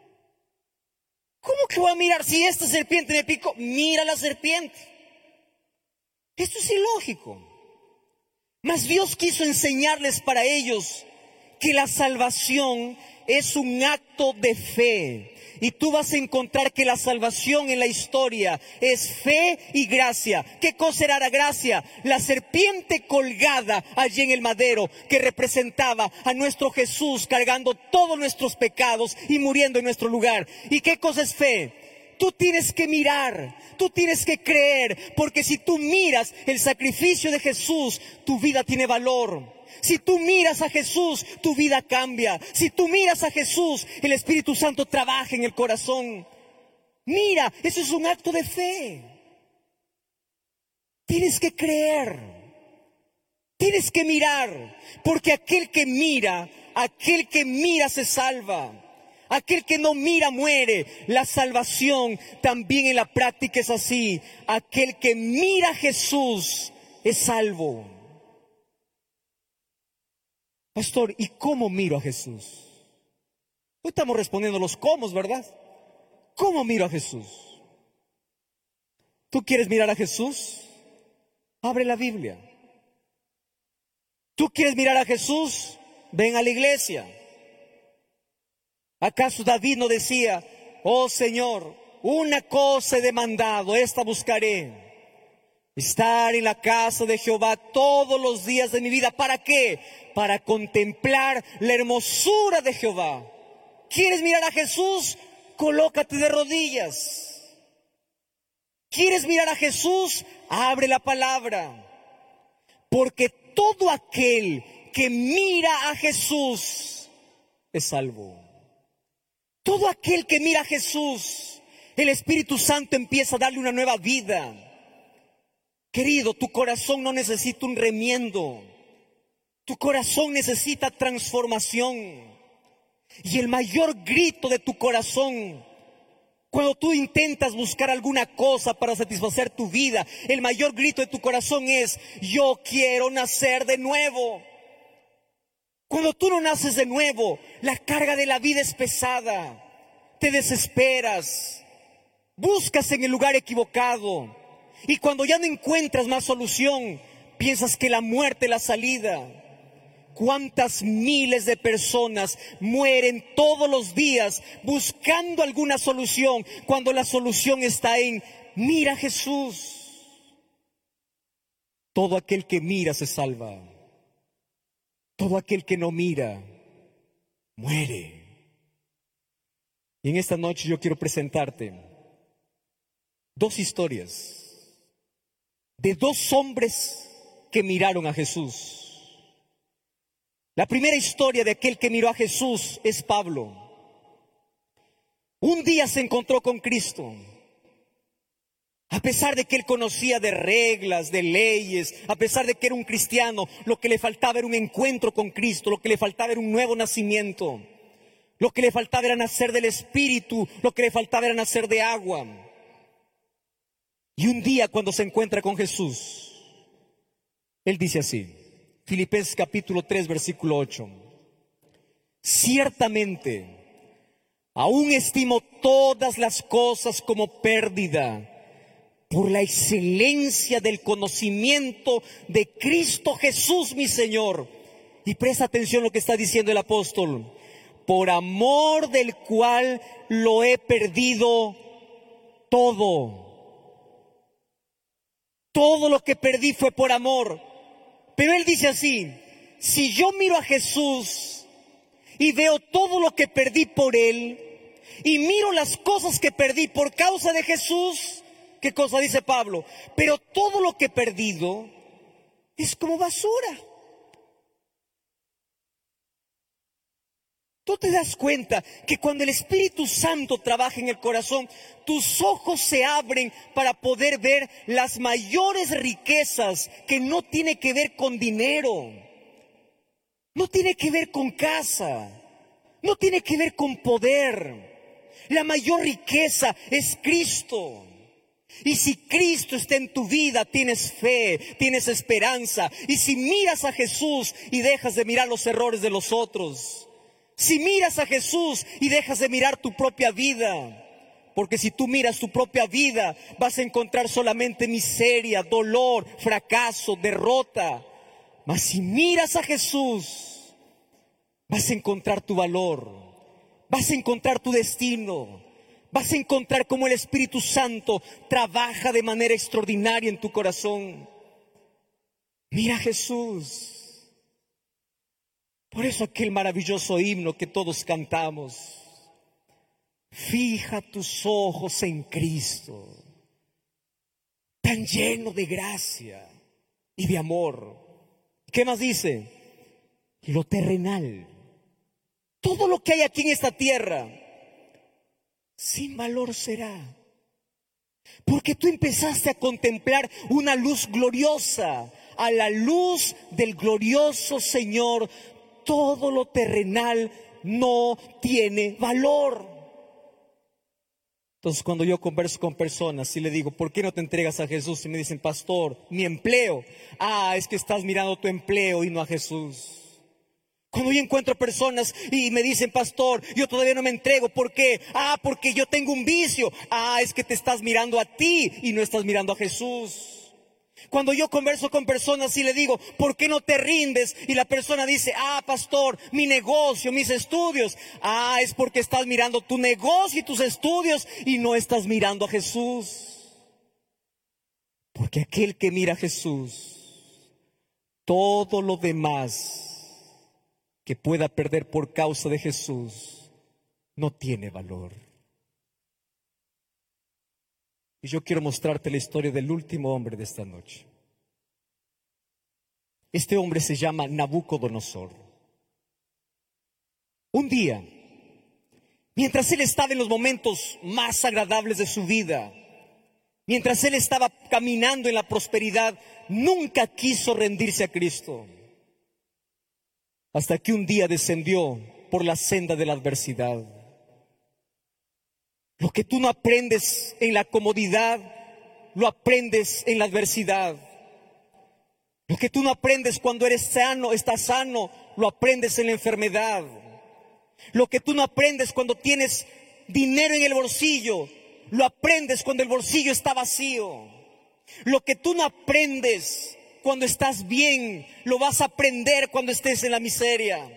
S1: ¿Cómo que voy a mirar si esta serpiente me picó? Mira la serpiente. Esto es ilógico. Mas Dios quiso enseñarles para ellos que la salvación es un acto de fe. Y tú vas a encontrar que la salvación en la historia es fe y gracia. ¿Qué cosa era la gracia? La serpiente colgada allí en el madero que representaba a nuestro Jesús cargando todos nuestros pecados y muriendo en nuestro lugar. ¿Y qué cosa es fe? Tú tienes que mirar, tú tienes que creer, porque si tú miras el sacrificio de Jesús, tu vida tiene valor. Si tú miras a Jesús, tu vida cambia. Si tú miras a Jesús, el Espíritu Santo trabaja en el corazón. Mira, eso es un acto de fe. Tienes que creer. Tienes que mirar. Porque aquel que mira se salva. Aquel que no mira muere. La salvación también en la práctica es así. Aquel que mira a Jesús es salvo. Pastor, ¿y cómo miro a Jesús? Hoy estamos respondiendo los cómo, ¿verdad? ¿Cómo miro a Jesús? ¿Tú quieres mirar a Jesús? Abre la Biblia. ¿Tú quieres mirar a Jesús? Ven a la iglesia. ¿Acaso David no decía, oh Señor, una cosa he demandado, esta buscaré? Estar en la casa de Jehová todos los días de mi vida. ¿Para qué? Para contemplar la hermosura de Jehová. ¿Quieres mirar a Jesús? Colócate de rodillas. ¿Quieres mirar a Jesús? Abre la palabra. Porque todo aquel que mira a Jesús es salvo. Todo aquel que mira a Jesús, el Espíritu Santo empieza a darle una nueva vida. Querido, tu corazón no necesita un remiendo. Tu corazón necesita transformación. Y el mayor grito de tu corazón, cuando tú intentas buscar alguna cosa para satisfacer tu vida, el mayor grito de tu corazón es, yo quiero nacer de nuevo. Cuando tú no naces de nuevo, la carga de la vida es pesada. Te desesperas. Buscas en el lugar equivocado. Y cuando ya no encuentras más solución, piensas que la muerte es la salida. ¿Cuántas miles de personas mueren todos los días buscando alguna solución cuando la solución está en mira a Jesús? Todo aquel que mira se salva. Todo aquel que no mira muere. Y en esta noche yo quiero presentarte dos historias de dos hombres que miraron a Jesús. La primera historia de aquel que miró a Jesús es Pablo. Un día se encontró con Cristo. A pesar de que él conocía de reglas, de leyes, a pesar de que era un cristiano, lo que le faltaba era un encuentro con Cristo, lo que le faltaba era un nuevo nacimiento, lo que le faltaba era nacer del Espíritu, lo que le faltaba era nacer de agua. Y un día cuando se encuentra con Jesús, él dice así, Filipenses capítulo 3, versículo 8. Ciertamente, aún estimo todas las cosas como pérdida por la excelencia del conocimiento de Cristo Jesús mi Señor. Y presta atención a lo que está diciendo el apóstol. Por amor del cual lo he perdido todo. Todo lo que perdí fue por amor. Pero él dice así, si yo miro a Jesús y veo todo lo que perdí por él, y miro las cosas que perdí por causa de Jesús, ¿qué cosa dice Pablo? Pero todo lo que he perdido es como basura. ¿Tú te das cuenta que cuando el Espíritu Santo trabaja en el corazón, tus ojos se abren para poder ver las mayores riquezas que no tiene que ver con dinero, no tiene que ver con casa, no tiene que ver con poder? La mayor riqueza es Cristo. Y si Cristo está en tu vida, tienes fe, tienes esperanza. Y si miras a Jesús y dejas de mirar los errores de los otros, si miras a Jesús y dejas de mirar tu propia vida, porque si tú miras tu propia vida, vas a encontrar solamente miseria, dolor, fracaso, derrota. Mas si miras a Jesús, vas a encontrar tu valor, vas a encontrar tu destino, vas a encontrar cómo el Espíritu Santo trabaja de manera extraordinaria en tu corazón. Mira a Jesús. Por eso aquel maravilloso himno que todos cantamos, fija tus ojos en Cristo, tan lleno de gracia y de amor. ¿Qué más dice? Lo terrenal, todo lo que hay aquí en esta tierra, sin valor será. Porque tú empezaste a contemplar una luz gloriosa. A la luz del glorioso Señor, todo lo terrenal no tiene valor. Entonces cuando yo converso con personas y le digo, ¿por qué no te entregas a Jesús? Y me dicen, pastor, mi empleo. Es que estás mirando tu empleo y no a Jesús. Cuando yo encuentro personas y me dicen, pastor, yo todavía no me entrego, ¿por qué? Porque yo tengo un vicio. Es que te estás mirando a ti y no estás mirando a Jesús. Cuando yo converso con personas y le digo, ¿por qué no te rindes? Y la persona dice, pastor, mi negocio, mis estudios. Es porque estás mirando tu negocio y tus estudios y no estás mirando a Jesús. Porque aquel que mira a Jesús, todo lo demás que pueda perder por causa de Jesús no tiene valor. Y yo quiero mostrarte la historia del último hombre de esta noche. Este hombre se llama Nabucodonosor. Un día, mientras él estaba en los momentos más agradables de su vida, mientras él estaba caminando en la prosperidad, nunca quiso rendirse a Cristo. Hasta que un día descendió por la senda de la adversidad. Lo que tú no aprendes en la comodidad, lo aprendes en la adversidad. Lo que tú no aprendes cuando eres sano, estás sano, lo aprendes en la enfermedad. Lo que tú no aprendes cuando tienes dinero en el bolsillo, lo aprendes cuando el bolsillo está vacío. Lo que tú no aprendes cuando estás bien, lo vas a aprender cuando estés en la miseria.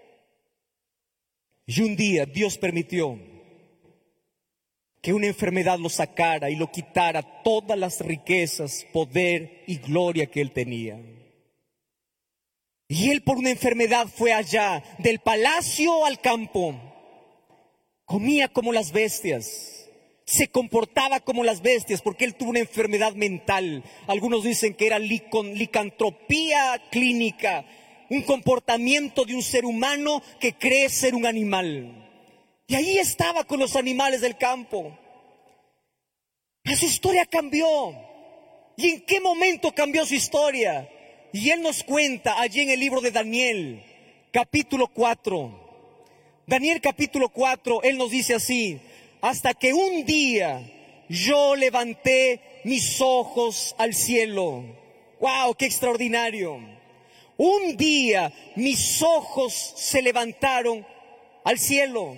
S1: Y un día Dios permitió que una enfermedad lo sacara y lo quitara todas las riquezas, poder y gloria que él tenía. Y él por una enfermedad fue allá, del palacio al campo. Comía como las bestias, se comportaba como las bestias porque él tuvo una enfermedad mental. Algunos dicen que era licantropía clínica, un comportamiento de un ser humano que cree ser un animal. Y ahí estaba con los animales del campo. Pero su historia cambió. ¿Y en qué momento cambió su historia? Y él nos cuenta allí en el libro de Daniel, capítulo 4. Daniel capítulo 4, él nos dice así: hasta que un día yo levanté mis ojos al cielo. ¡Wow! ¡Qué extraordinario! Un día mis ojos se levantaron al cielo.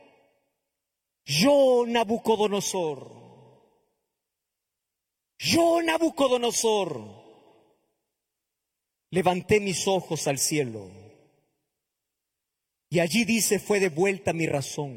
S1: Yo, Nabucodonosor, levanté mis ojos al cielo. Y allí dice, fue devuelta mi razón.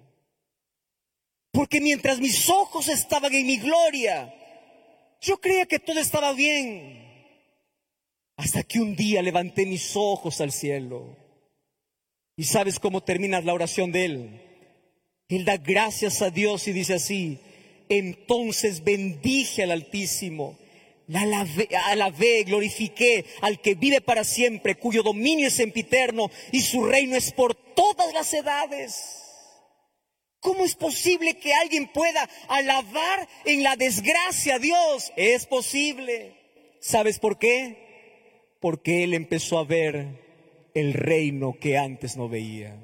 S1: Porque mientras mis ojos estaban en mi gloria, yo creía que todo estaba bien. Hasta que un día levanté mis ojos al cielo. ¿Y sabes cómo termina la oración de él? Él da gracias a Dios y dice así: entonces bendije al Altísimo, alabé, glorifiqué al que vive para siempre, cuyo dominio es sempiterno y su reino es por todas las edades. ¿Cómo es posible que alguien pueda alabar en la desgracia a Dios? Es posible. ¿Sabes por qué? Porque él empezó a ver el reino que antes no veía.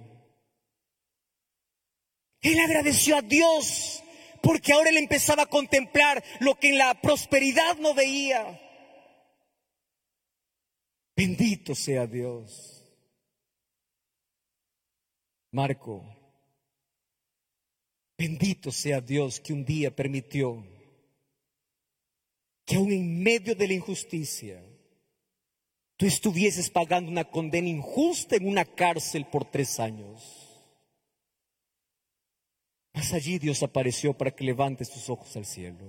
S1: Él agradeció a Dios porque ahora él empezaba a contemplar lo que en la prosperidad no veía. Bendito sea Dios. Marco, bendito sea Dios que un día permitió que aún en medio de la injusticia tú estuvieses pagando una condena injusta en una cárcel por 3 años. Mas allí Dios apareció para que levantes tus ojos al cielo.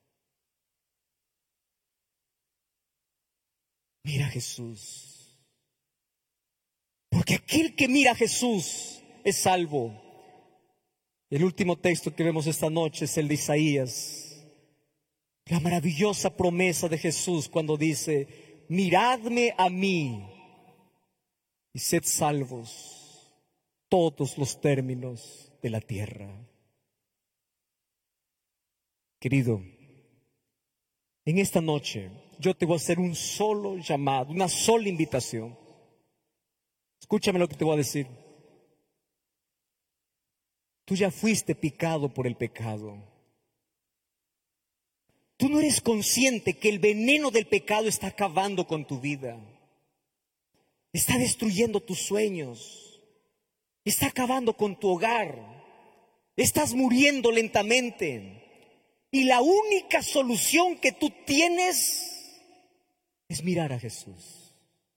S1: Mira a Jesús. Porque aquel que mira a Jesús es salvo. El último texto que vemos esta noche es el de Isaías. La maravillosa promesa de Jesús cuando dice: miradme a mí y sed salvos todos los términos de la tierra. Querido, en esta noche yo te voy a hacer un solo llamado, una sola invitación. Escúchame lo que te voy a decir. Tú ya fuiste picado por el pecado. Tú no eres consciente que el veneno del pecado está acabando con tu vida. Está destruyendo tus sueños. Está acabando con tu hogar. Estás muriendo lentamente. Y la única solución que tú tienes es mirar a Jesús.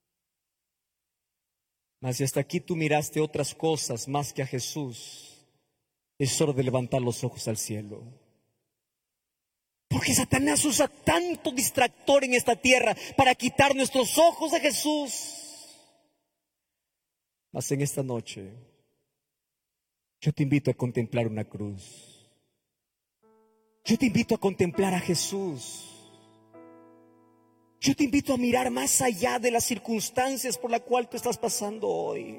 S1: Mas si hasta aquí tú miraste otras cosas más que a Jesús, es hora de levantar los ojos al cielo. Porque Satanás usa tanto distractor en esta tierra para quitar nuestros ojos de Jesús. Mas en esta noche yo te invito a contemplar una cruz. Yo te invito a contemplar a Jesús. Yo te invito a mirar más allá de las circunstancias por las cuales tú estás pasando hoy.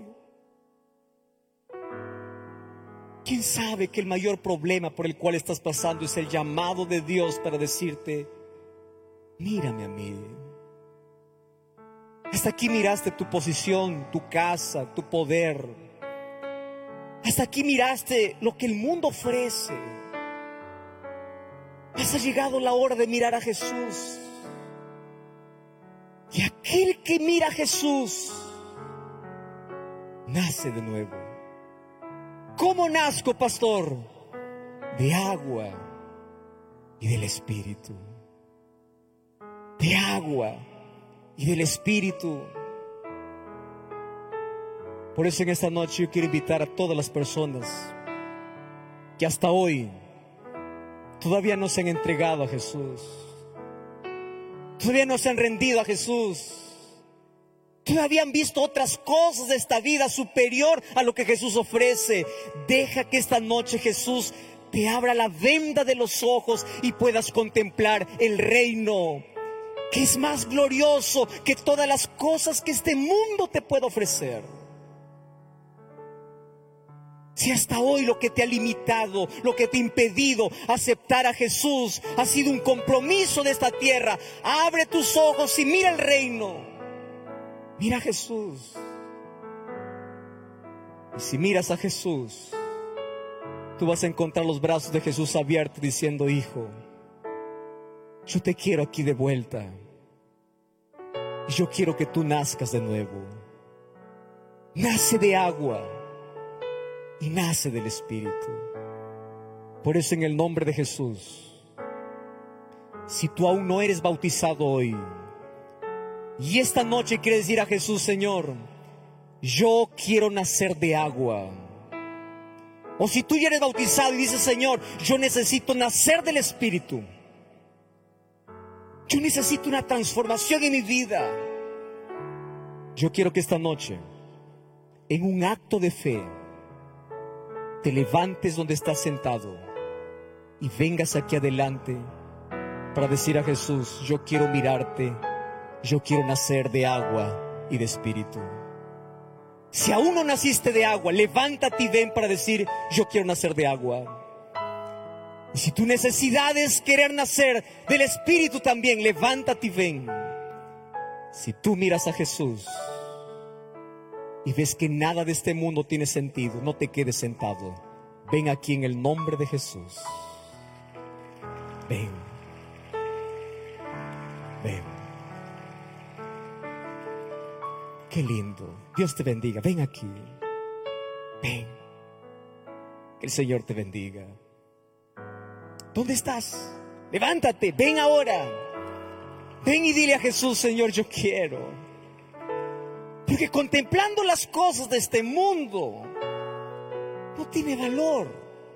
S1: ¿Quién sabe que el mayor problema por el cual estás pasando es el llamado de Dios para decirte: mírame a mí? Hasta aquí miraste tu posición, tu casa, tu poder. Hasta aquí miraste lo que el mundo ofrece. Mas ha llegado la hora de mirar a Jesús. Y aquel que mira a Jesús nace de nuevo. ¿Cómo nazco, pastor? De agua y del Espíritu. De agua y del Espíritu. Por eso en esta noche yo quiero invitar a todas las personas que hasta hoy todavía no se han entregado a Jesús, todavía no se han rendido a Jesús, todavía han visto otras cosas de esta vida superior a lo que Jesús ofrece. Deja que esta noche Jesús te abra la venda de los ojos y puedas contemplar el reino, que es más glorioso que todas las cosas que este mundo te puede ofrecer. Si hasta hoy lo que te ha limitado, lo que te ha impedido aceptar a Jesús ha sido un compromiso de esta tierra, abre tus ojos y mira el reino. Mira a Jesús. Y si miras a Jesús, tú vas a encontrar los brazos de Jesús abiertos diciendo: hijo, yo te quiero aquí de vuelta. Y yo quiero que tú nazcas de nuevo. Nace de agua y nace del Espíritu. Por eso en el nombre de Jesús, si tú aún no eres bautizado hoy y esta noche quieres decir a Jesús: Señor, yo quiero nacer de agua. O si tú ya eres bautizado y dices: Señor, yo necesito nacer del Espíritu, yo necesito una transformación en mi vida. Yo quiero que esta noche, en un acto de fe, te levantes donde estás sentado y vengas aquí adelante para decir a Jesús: yo quiero mirarte, yo quiero nacer de agua y de Espíritu. Si aún no naciste de agua, levántate y ven para decir: yo quiero nacer de agua. Y si tu necesidad es querer nacer del Espíritu también, levántate y ven. Si tú miras a Jesús y ves que nada de este mundo tiene sentido, no te quedes sentado. Ven aquí en el nombre de Jesús. Ven. Ven. Qué lindo. Dios te bendiga. Ven aquí. Ven. Que el Señor te bendiga. ¿Dónde estás? Levántate. Ven ahora. Ven y dile a Jesús: Señor, yo quiero. Porque contemplando las cosas de este mundo no tiene valor.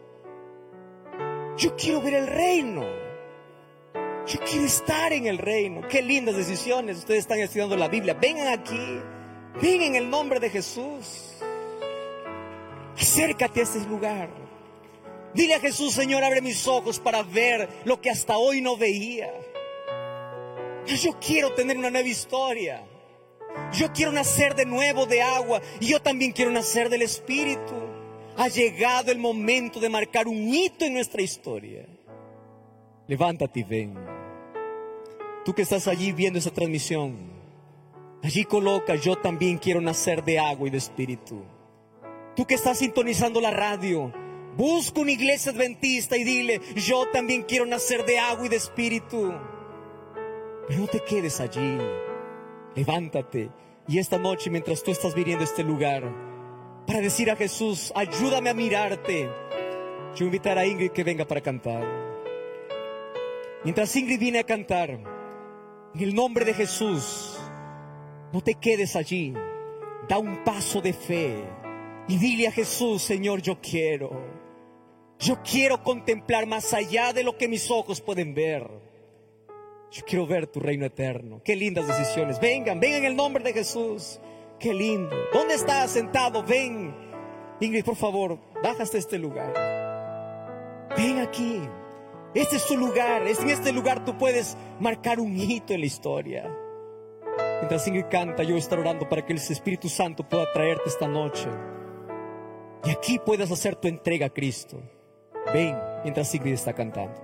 S1: Yo quiero ver el reino. Yo quiero estar en el reino. Qué lindas decisiones. Ustedes están estudiando la Biblia. Vengan aquí. Ven en el nombre de Jesús. Acércate a este lugar. Dile a Jesús: Señor, abre mis ojos para ver lo que hasta hoy no veía. Yo quiero tener una nueva historia. Yo quiero nacer de nuevo de agua, y yo también quiero nacer del Espíritu. Ha llegado el momento de marcar un hito en nuestra historia. Levántate y ven. Tú que estás allí viendo esa transmisión, allí coloca: yo también quiero nacer de agua y de Espíritu. Tú que estás sintonizando la radio, busca una iglesia adventista y dile: yo también quiero nacer de agua y de Espíritu. Pero no te quedes allí. Levántate, y esta noche, mientras tú estás viniendo a este lugar para decir a Jesús: ayúdame a mirarte, yo invitaré a Ingrid que venga para cantar. Mientras Ingrid viene a cantar, en el nombre de Jesús, no te quedes allí. Da un paso de fe y dile a Jesús: Señor, yo quiero contemplar más allá de lo que mis ojos pueden ver. Yo quiero ver tu reino eterno. Qué lindas decisiones. Vengan en el nombre de Jesús. Qué lindo. ¿Dónde estás sentado? Ven. Ingrid, por favor, baja hasta este lugar. Ven aquí. Este es tu lugar. En este lugar tú puedes marcar un hito en la historia. Mientras Ingrid canta, yo voy a estar orando para que el Espíritu Santo pueda traerte esta noche. Y aquí puedas hacer tu entrega a Cristo. Ven, mientras Ingrid está cantando.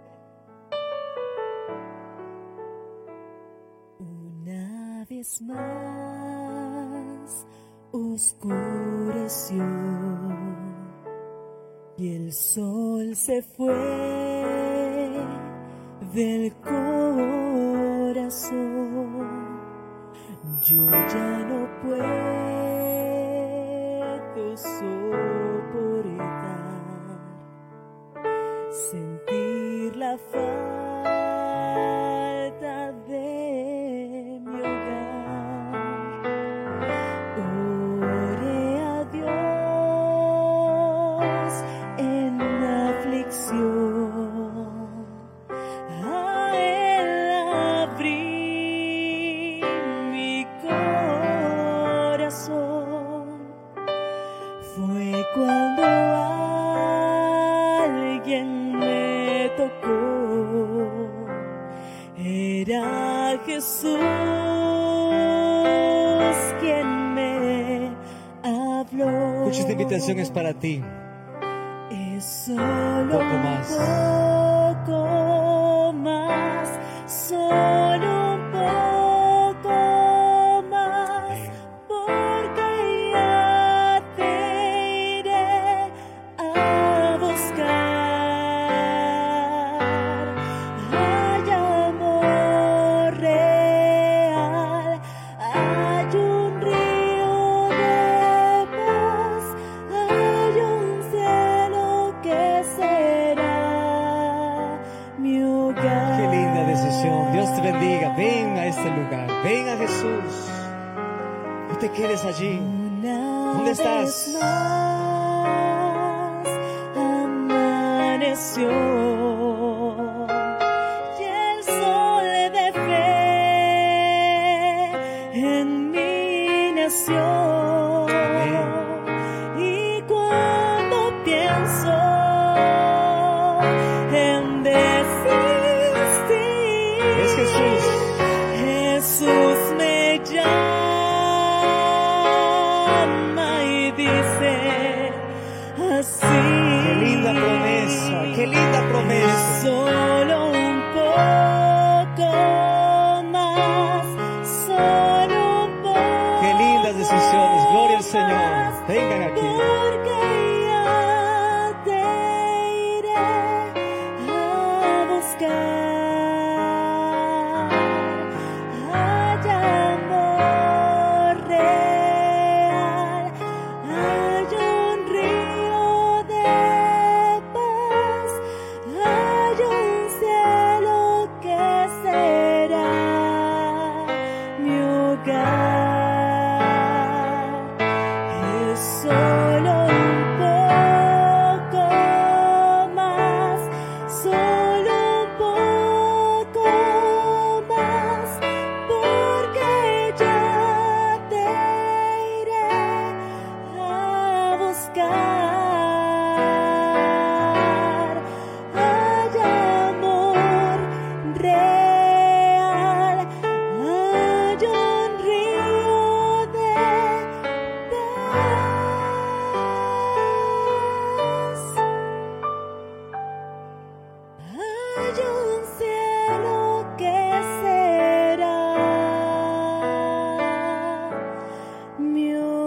S3: Más oscureció y el sol se fue del corazón. Yo ya no puedo soportar sentir la falta de mi hogar. Era Jesús quien me habló.
S1: Escucha, esta invitación es para ti.
S3: Es solo
S1: Poco más.
S3: un poco más, solo un poco más, porque ya te iré a buscar. Hay amor real, hay un río de paz, hay un cielo que será mi hogar.
S1: Qué linda decisión. Dios te bendiga. Ven a este lugar. Ven a Jesús. No te quedes allí. ¿Dónde estás?
S3: Vez más amaneció y el sol de fe en mí nació. Y cuando pienso en desistir,
S1: Es Jesús.
S3: Jesús me llama y dice así.
S1: Qué linda promesa. Qué linda promesa.
S3: Solo un poco más, solo un poco.
S1: Qué lindas decisiones. Gloria al Señor. Vengan aquí.
S3: Porque ya te iré a buscar. Hay amor real, hay un río de paz, hay un cielo que será mi hogar. Es solo un poco más, solo un poco más, porque ya te iré a buscar. Hay amor real, hay un río de paz, hay un cielo que será mi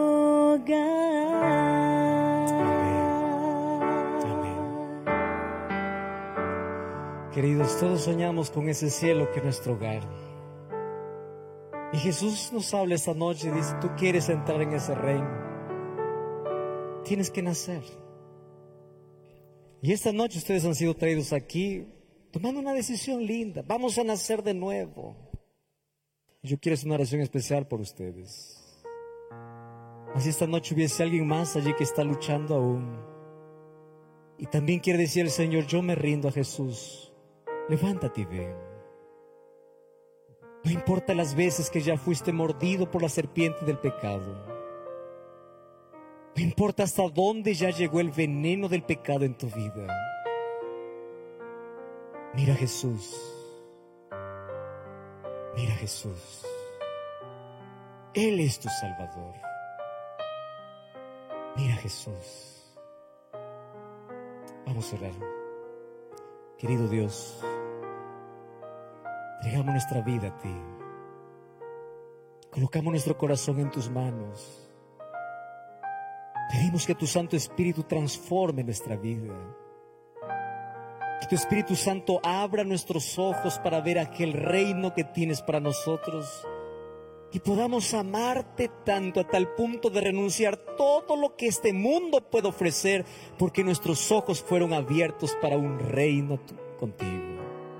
S3: hogar.
S1: Queridos, todos soñamos con ese cielo que es nuestro hogar. Y Jesús nos habla esta noche y dice, tú quieres entrar en ese reino. Tienes que nacer. Y esta noche ustedes han sido traídos aquí tomando una decisión linda. Vamos a nacer de nuevo. Yo quiero hacer una oración especial por ustedes. Así esta noche hubiese alguien más allí que está luchando aún. Y también quiere decir el Señor, yo me rindo a Jesús. Levántate y ven. No importa las veces que ya fuiste mordido por la serpiente del pecado. No importa hasta dónde ya llegó el veneno del pecado en tu vida. Mira a Jesús. Mira a Jesús. Él es tu Salvador. Mira a Jesús. Vamos a orar. Querido Dios, entregamos nuestra vida a ti. Colocamos nuestro corazón en tus manos. Pedimos que tu Santo Espíritu transforme nuestra vida. Que tu Espíritu Santo abra nuestros ojos para ver aquel reino que tienes para nosotros. Y podamos amarte tanto a tal punto de renunciar todo lo que este mundo puede ofrecer, porque nuestros ojos fueron abiertos para un reino contigo.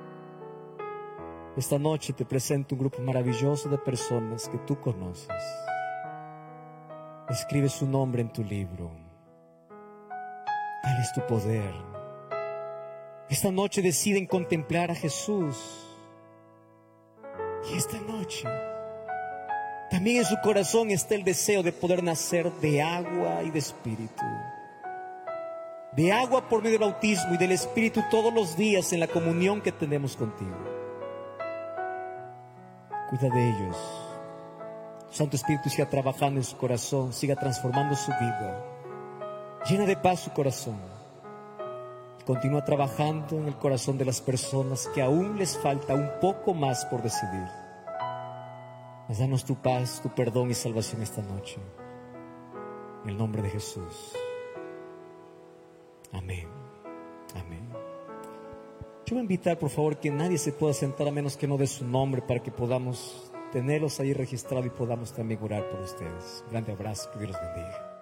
S1: Esta noche te presento un grupo maravilloso de personas que tú conoces. Escribe su nombre en tu libro. Dales tu poder. Esta noche deciden contemplar a Jesús. Y esta noche también en su corazón está el deseo de poder nacer de agua y de espíritu. De agua por medio del bautismo y del espíritu todos los días en la comunión que tenemos contigo. Cuida de ellos. Santo Espíritu siga trabajando en su corazón, siga transformando su vida. Llena de paz su corazón. Continúa trabajando en el corazón de las personas que aún les falta un poco más por decidir. Mas danos tu paz, tu perdón y salvación esta noche. En el nombre de Jesús. Amén. Amén. Yo voy a invitar, por favor, que nadie se pueda sentar a menos que no dé su nombre para que podamos tenerlos ahí registrados y podamos también orar por ustedes. Un grande abrazo, que Dios los bendiga.